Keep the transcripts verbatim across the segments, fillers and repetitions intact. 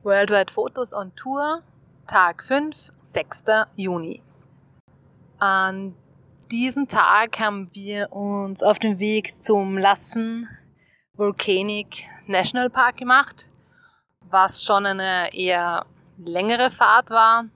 Worldwide Photos on Tour, Tag fünf, sechster Juni. An diesem Tag haben wir uns auf den Weg zum Lassen Volcanic National Park gemacht, was schon eine eher längere Fahrt war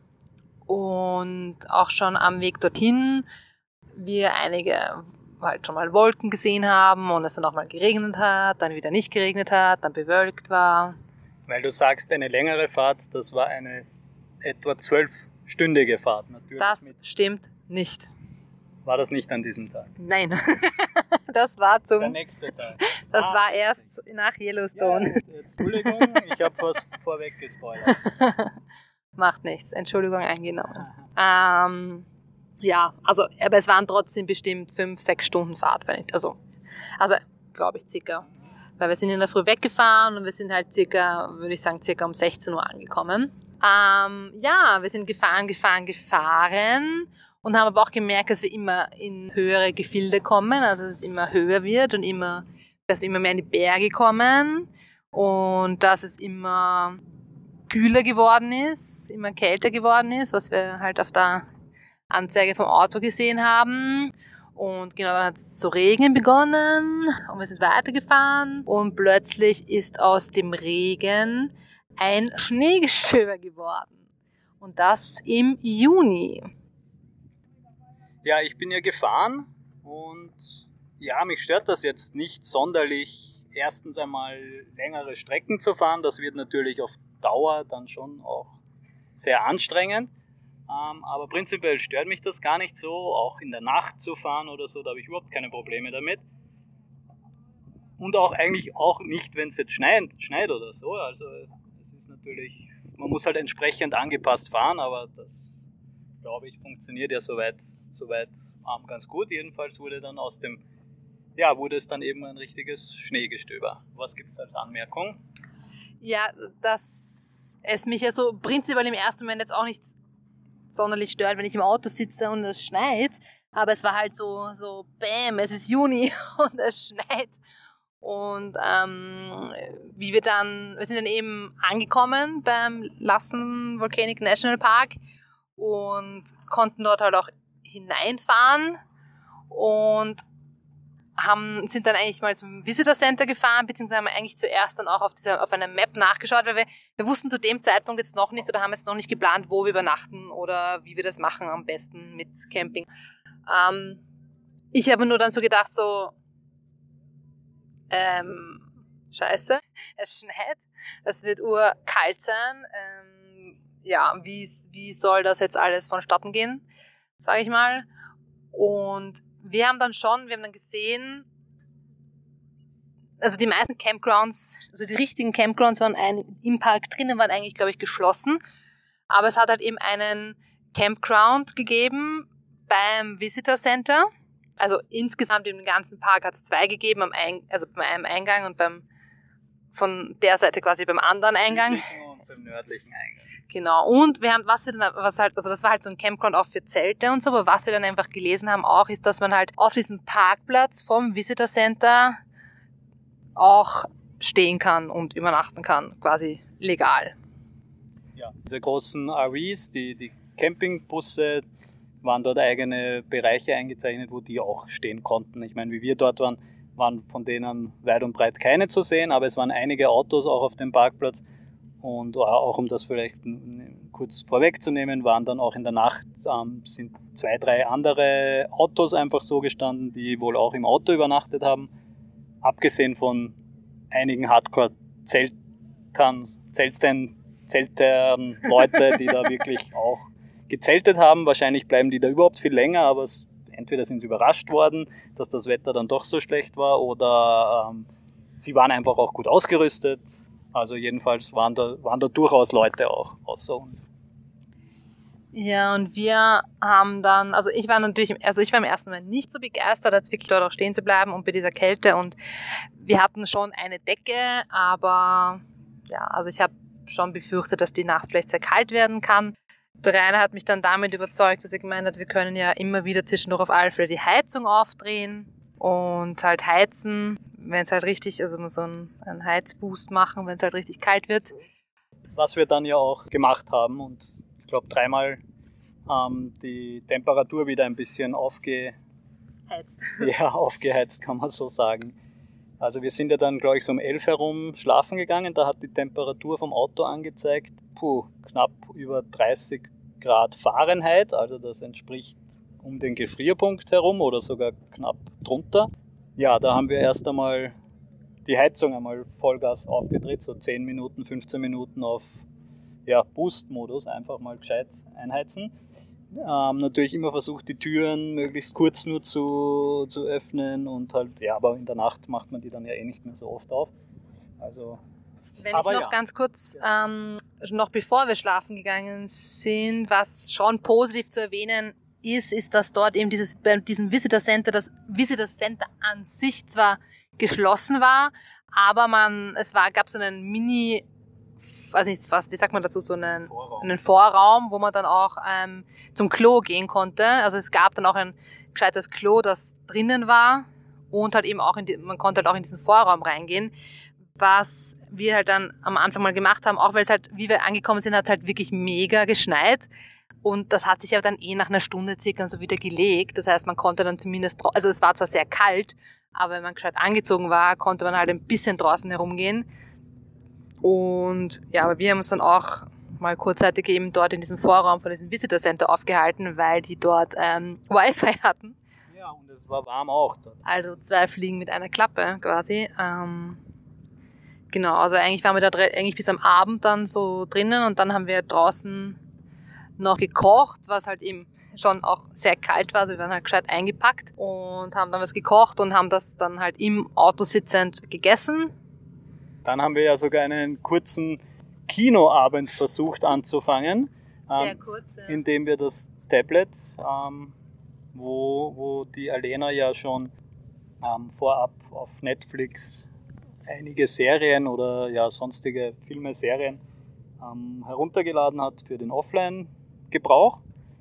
und auch schon am Weg dorthin wir einige halt schon mal Wolken gesehen haben und es dann auch mal geregnet hat, dann wieder nicht geregnet hat, dann bewölkt war. Weil du sagst, eine längere Fahrt, das war eine etwa zwölfstündige Fahrt. Natürlich. Das mit stimmt nicht. War das nicht an diesem Tag? Nein, das war zum... Der nächste Tag. Das ah, war erst nach Yellowstone. Ja, Entschuldigung, ich habe was vorweg gespoilert. Macht nichts, Entschuldigung eingenommen. Ähm, ja, also, aber es waren trotzdem bestimmt fünf, sechs Stunden Fahrt, wenn ich, also, also glaube ich circa. Weil wir sind in der Früh weggefahren und wir sind halt circa, würde ich sagen, circa um sechzehn Uhr angekommen. Ähm, ja, wir sind gefahren, gefahren, gefahren und haben aber auch gemerkt, dass wir immer in höhere Gefilde kommen, also dass es immer höher wird und immer, dass wir immer mehr in die Berge kommen und dass es immer kühler geworden ist, immer kälter geworden ist, was wir halt auf der Anzeige vom Auto gesehen haben. Und genau, dann hat es zu regnen begonnen und wir sind weitergefahren und plötzlich ist aus dem Regen ein Schneegestöber geworden. Und das im Juni. Ja, ich bin ja gefahren und ja, mich stört das jetzt nicht sonderlich, erstens einmal längere Strecken zu fahren. Das wird natürlich auf Dauer dann schon auch sehr anstrengend. Ähm, aber prinzipiell stört mich das gar nicht so, auch in der Nacht zu fahren oder so, da habe ich überhaupt keine Probleme damit. Und auch eigentlich auch nicht, wenn es jetzt schneit, schneit oder so. Also es ist natürlich, man muss halt entsprechend angepasst fahren, aber das, glaube ich, funktioniert ja soweit, soweit ähm, ganz gut. Jedenfalls wurde dann aus dem, ja, wurde es dann eben ein richtiges Schneegestöber. Was gibt es als Anmerkung? Ja, dass es mich ja so prinzipiell im ersten Moment jetzt auch nicht sonderlich stört, wenn ich im Auto sitze und es schneit, aber es war halt so, so bäm, es ist Juni und es schneit und ähm, wie wir dann, wir sind dann eben angekommen beim Lassen Volcanic National Park und konnten dort halt auch hineinfahren und haben, sind dann eigentlich mal zum Visitor Center gefahren, beziehungsweise haben wir eigentlich zuerst dann auch auf, dieser, auf einer Map nachgeschaut, weil wir, wir wussten zu dem Zeitpunkt jetzt noch nicht oder haben jetzt noch nicht geplant, wo wir übernachten oder wie wir das machen am besten mit Camping. Ähm, ich habe nur dann so gedacht, so, ähm, scheiße, es schneit, es wird urkalt sein, ähm, ja, wie, wie soll das jetzt alles vonstatten gehen, sage ich mal. Und wir haben dann schon, wir haben dann gesehen, also die meisten Campgrounds, also die richtigen Campgrounds waren ein, im Park drinnen, waren eigentlich, glaube ich, geschlossen. Aber es hat halt eben einen Campground gegeben beim Visitor Center. Also insgesamt im ganzen Park hat es zwei gegeben, am Ein, also bei einem Eingang und beim von der Seite quasi beim anderen Eingang. Und beim nördlichen Eingang. Genau, und wir haben, was wir dann, was halt, also das war halt so ein Campground auch für Zelte und so, aber was wir dann einfach gelesen haben auch, ist, dass man halt auf diesem Parkplatz vom Visitor Center auch stehen kann und übernachten kann, quasi legal. Ja, diese großen R Vs, die, die Campingbusse, waren dort eigene Bereiche eingezeichnet, wo die auch stehen konnten. Ich meine, wie wir dort waren, waren von denen weit und breit keine zu sehen, aber es waren einige Autos auch auf dem Parkplatz. Und auch um das vielleicht kurz vorwegzunehmen, waren dann auch in der Nacht ähm, sind zwei, drei andere Autos einfach so gestanden, die wohl auch im Auto übernachtet haben. Abgesehen von einigen Hardcore-Zeltern, Zelten, Zeltern, Leute, die da wirklich auch gezeltet haben. Wahrscheinlich bleiben die da überhaupt viel länger, aber es, entweder sind sie überrascht worden, dass das Wetter dann doch so schlecht war, oder ähm, sie waren einfach auch gut ausgerüstet. Also jedenfalls waren da, waren da durchaus Leute auch außer uns. Ja, und wir haben dann, also ich war natürlich, also ich war im ersten Moment nicht so begeistert, als wirklich dort auch stehen zu bleiben und bei dieser Kälte, und wir hatten schon eine Decke, aber ja, also ich habe schon befürchtet, dass die Nacht vielleicht sehr kalt werden kann. Der Rainer hat mich dann damit überzeugt, dass er gemeint hat, wir können ja immer wieder zwischendurch auf alle Fälle die Heizung aufdrehen und halt heizen, wenn es halt richtig, also so einen, einen Heizboost machen, wenn es halt richtig kalt wird. was wir dann ja auch gemacht haben und ich glaube dreimal ähm, die Temperatur wieder ein bisschen aufge, ja, aufgeheizt, kann man so sagen. Also wir sind ja dann, glaube ich, so um elf herum schlafen gegangen, da hat die Temperatur vom Auto angezeigt, puh, knapp über dreißig Grad Fahrenheit, also das entspricht um den Gefrierpunkt herum oder sogar knapp drunter. Ja, da haben wir erst einmal die Heizung einmal Vollgas aufgedreht, so zehn Minuten, fünfzehn Minuten auf ja, Boost-Modus, einfach mal gescheit einheizen. Ähm, natürlich immer versucht, die Türen möglichst kurz nur zu, zu öffnen und halt, ja, aber in der Nacht macht man die dann ja eh nicht mehr so oft auf. Also, Wenn aber ich noch ja. ganz kurz, ähm, noch bevor wir schlafen gegangen sind, was schon positiv zu erwähnen ist, ist, dass dort eben dieses, bei diesem Visitor Center, das Visitor Center an sich zwar geschlossen war, aber man, es war, gab so einen Mini, weiß nicht was, wie sagt man dazu, so einen Vorraum, einen Vorraum wo man dann auch ähm, zum Klo gehen konnte. Also es gab dann auch ein gescheites Klo, das drinnen war und halt eben auch, in die, man konnte halt auch in diesen Vorraum reingehen. Was wir halt dann am Anfang mal gemacht haben, auch weil es halt, wie wir angekommen sind, hat es halt wirklich mega geschneit. Und das hat sich ja dann eh nach einer Stunde circa so wieder gelegt. Das heißt, man konnte dann zumindest, also es war zwar sehr kalt, aber wenn man gescheit angezogen war, konnte man halt ein bisschen draußen herumgehen. Und ja, aber wir haben uns dann auch mal kurzzeitig eben dort in diesem Vorraum von diesem Visitor Center aufgehalten, weil die dort ähm, Wi-Fi hatten. Ja, und es war warm auch dort. Also zwei Fliegen mit einer Klappe quasi. Ähm, genau, also eigentlich waren wir da eigentlich bis am Abend dann so drinnen und dann haben wir draußen noch gekocht, was halt eben schon auch sehr kalt war. Also wir waren halt gescheit eingepackt und haben dann was gekocht und haben das dann halt im Auto sitzend gegessen. Dann haben wir ja sogar einen kurzen Kinoabend versucht anzufangen. Sehr ähm, kurz, ja. Indem wir das Tablet, ähm, wo, wo die Alena ja schon ähm, vorab auf Netflix einige Serien oder ja sonstige Filme, Serien ähm, heruntergeladen hat für den Offline-Gebrauch.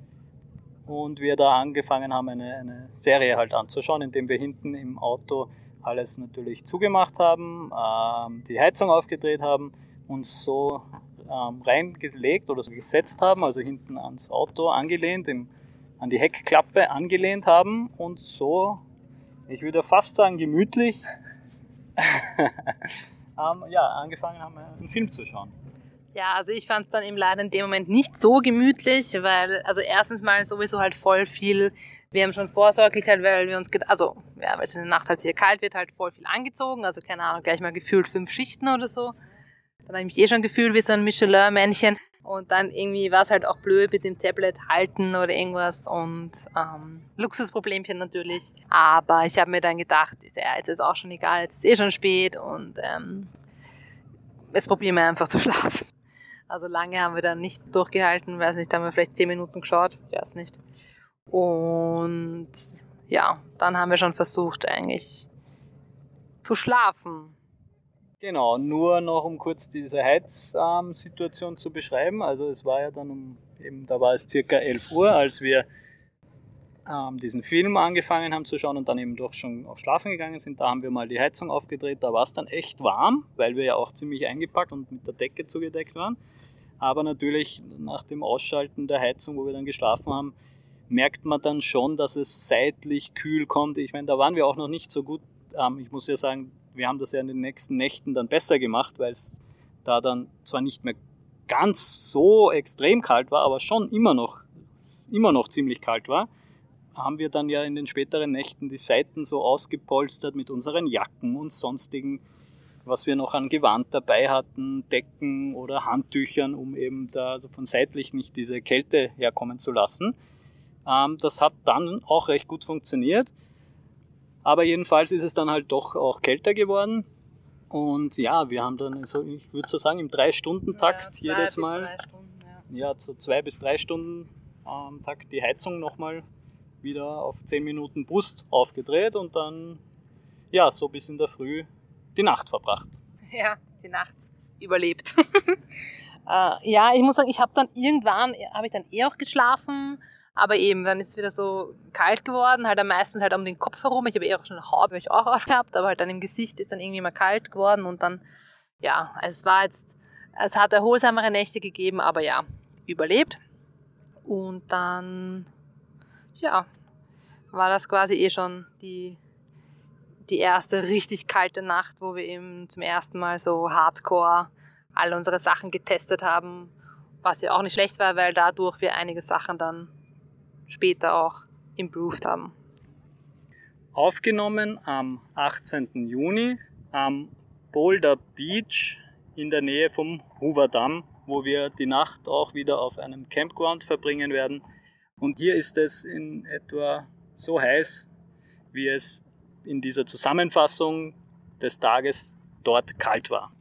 Und wir da angefangen haben, eine, eine Serie halt anzuschauen, indem wir hinten im Auto alles natürlich zugemacht haben, ähm, die Heizung aufgedreht haben, uns so ähm, reingelegt oder so gesetzt haben, also hinten ans Auto angelehnt, im, an die Heckklappe angelehnt haben und so, ich würde fast sagen gemütlich, ähm, ja, angefangen haben, einen Film zu schauen. Ja, also ich fand es dann eben leider in dem Moment nicht so gemütlich, weil, also erstens mal sowieso halt voll viel, wir haben schon vorsorglich halt, weil wir uns, also, ja, weil es in der Nacht halt sehr kalt wird, halt voll viel angezogen, also keine Ahnung, gleich mal gefühlt fünf Schichten oder so. Dann habe ich mich eh schon gefühlt wie so ein Michelin-Männchen und dann irgendwie war es halt auch blöd mit dem Tablet halten oder irgendwas und ähm, Luxusproblemchen natürlich, aber ich habe mir dann gedacht, ja, jetzt ist auch schon egal, jetzt ist eh schon spät und ähm, jetzt probieren wir einfach zu schlafen. Also lange haben wir dann nicht durchgehalten, weiß nicht, haben wir vielleicht zehn Minuten geschaut, ich weiß nicht. Und ja, dann haben wir schon versucht eigentlich zu schlafen. Genau, nur noch um kurz diese Heizsituation ähm, zu beschreiben. Also es war ja dann um, eben, da war es circa elf Uhr, als wir ähm, diesen Film angefangen haben zu schauen und dann eben doch schon auch schlafen gegangen sind. Da haben wir mal die Heizung aufgedreht, da war es dann echt warm, weil wir ja auch ziemlich eingepackt und mit der Decke zugedeckt waren. Aber natürlich nach dem Ausschalten der Heizung, wo wir dann geschlafen haben, merkt man dann schon, dass es seitlich kühl kommt. Ich meine, da waren wir auch noch nicht so gut. Ähm, ich muss ja sagen, wir haben das ja in den nächsten Nächten dann besser gemacht, weil es da dann zwar nicht mehr ganz so extrem kalt war, aber schon immer noch, immer noch ziemlich kalt war, haben wir dann ja in den späteren Nächten die Seiten so ausgepolstert mit unseren Jacken und sonstigen, was wir noch an Gewand dabei hatten, Decken oder Handtüchern, um eben da also von seitlich nicht diese Kälte herkommen zu lassen. Ähm, das hat dann auch recht gut funktioniert. Aber jedenfalls ist es dann halt doch auch kälter geworden. Und ja, wir haben dann, also ich würde so sagen, im drei-Stunden-Takt ja, jedes Mal, drei Stunden, ja. ja, so zwei bis drei Stunden am Tag die Heizung nochmal wieder auf zehn Minuten Brust aufgedreht und dann, ja, so bis in der Früh die Nacht verbracht. Ja, die Nacht überlebt. äh, ja, ich muss sagen, ich habe dann irgendwann, habe ich dann eh auch geschlafen, aber eben, dann ist es wieder so kalt geworden, halt am meisten halt um den Kopf herum. Ich habe eh auch schon eine Haube ich auch aufgehabt, aber halt dann im Gesicht ist dann irgendwie mal kalt geworden und dann, ja, also es war jetzt es hat erholsamere Nächte gegeben, aber ja, überlebt. Und dann, ja, war das quasi eh schon die, die erste richtig kalte Nacht, wo wir eben zum ersten Mal so hardcore all unsere Sachen getestet haben, was ja auch nicht schlecht war, weil dadurch wir einige Sachen dann später auch improved haben. Aufgenommen am achtzehnten Juni am Boulder Beach in der Nähe vom Hoover Dam, wo wir die Nacht auch wieder auf einem Campground verbringen werden. Und hier ist es in etwa so heiß, wie es in dieser Zusammenfassung des Tages dort kalt war.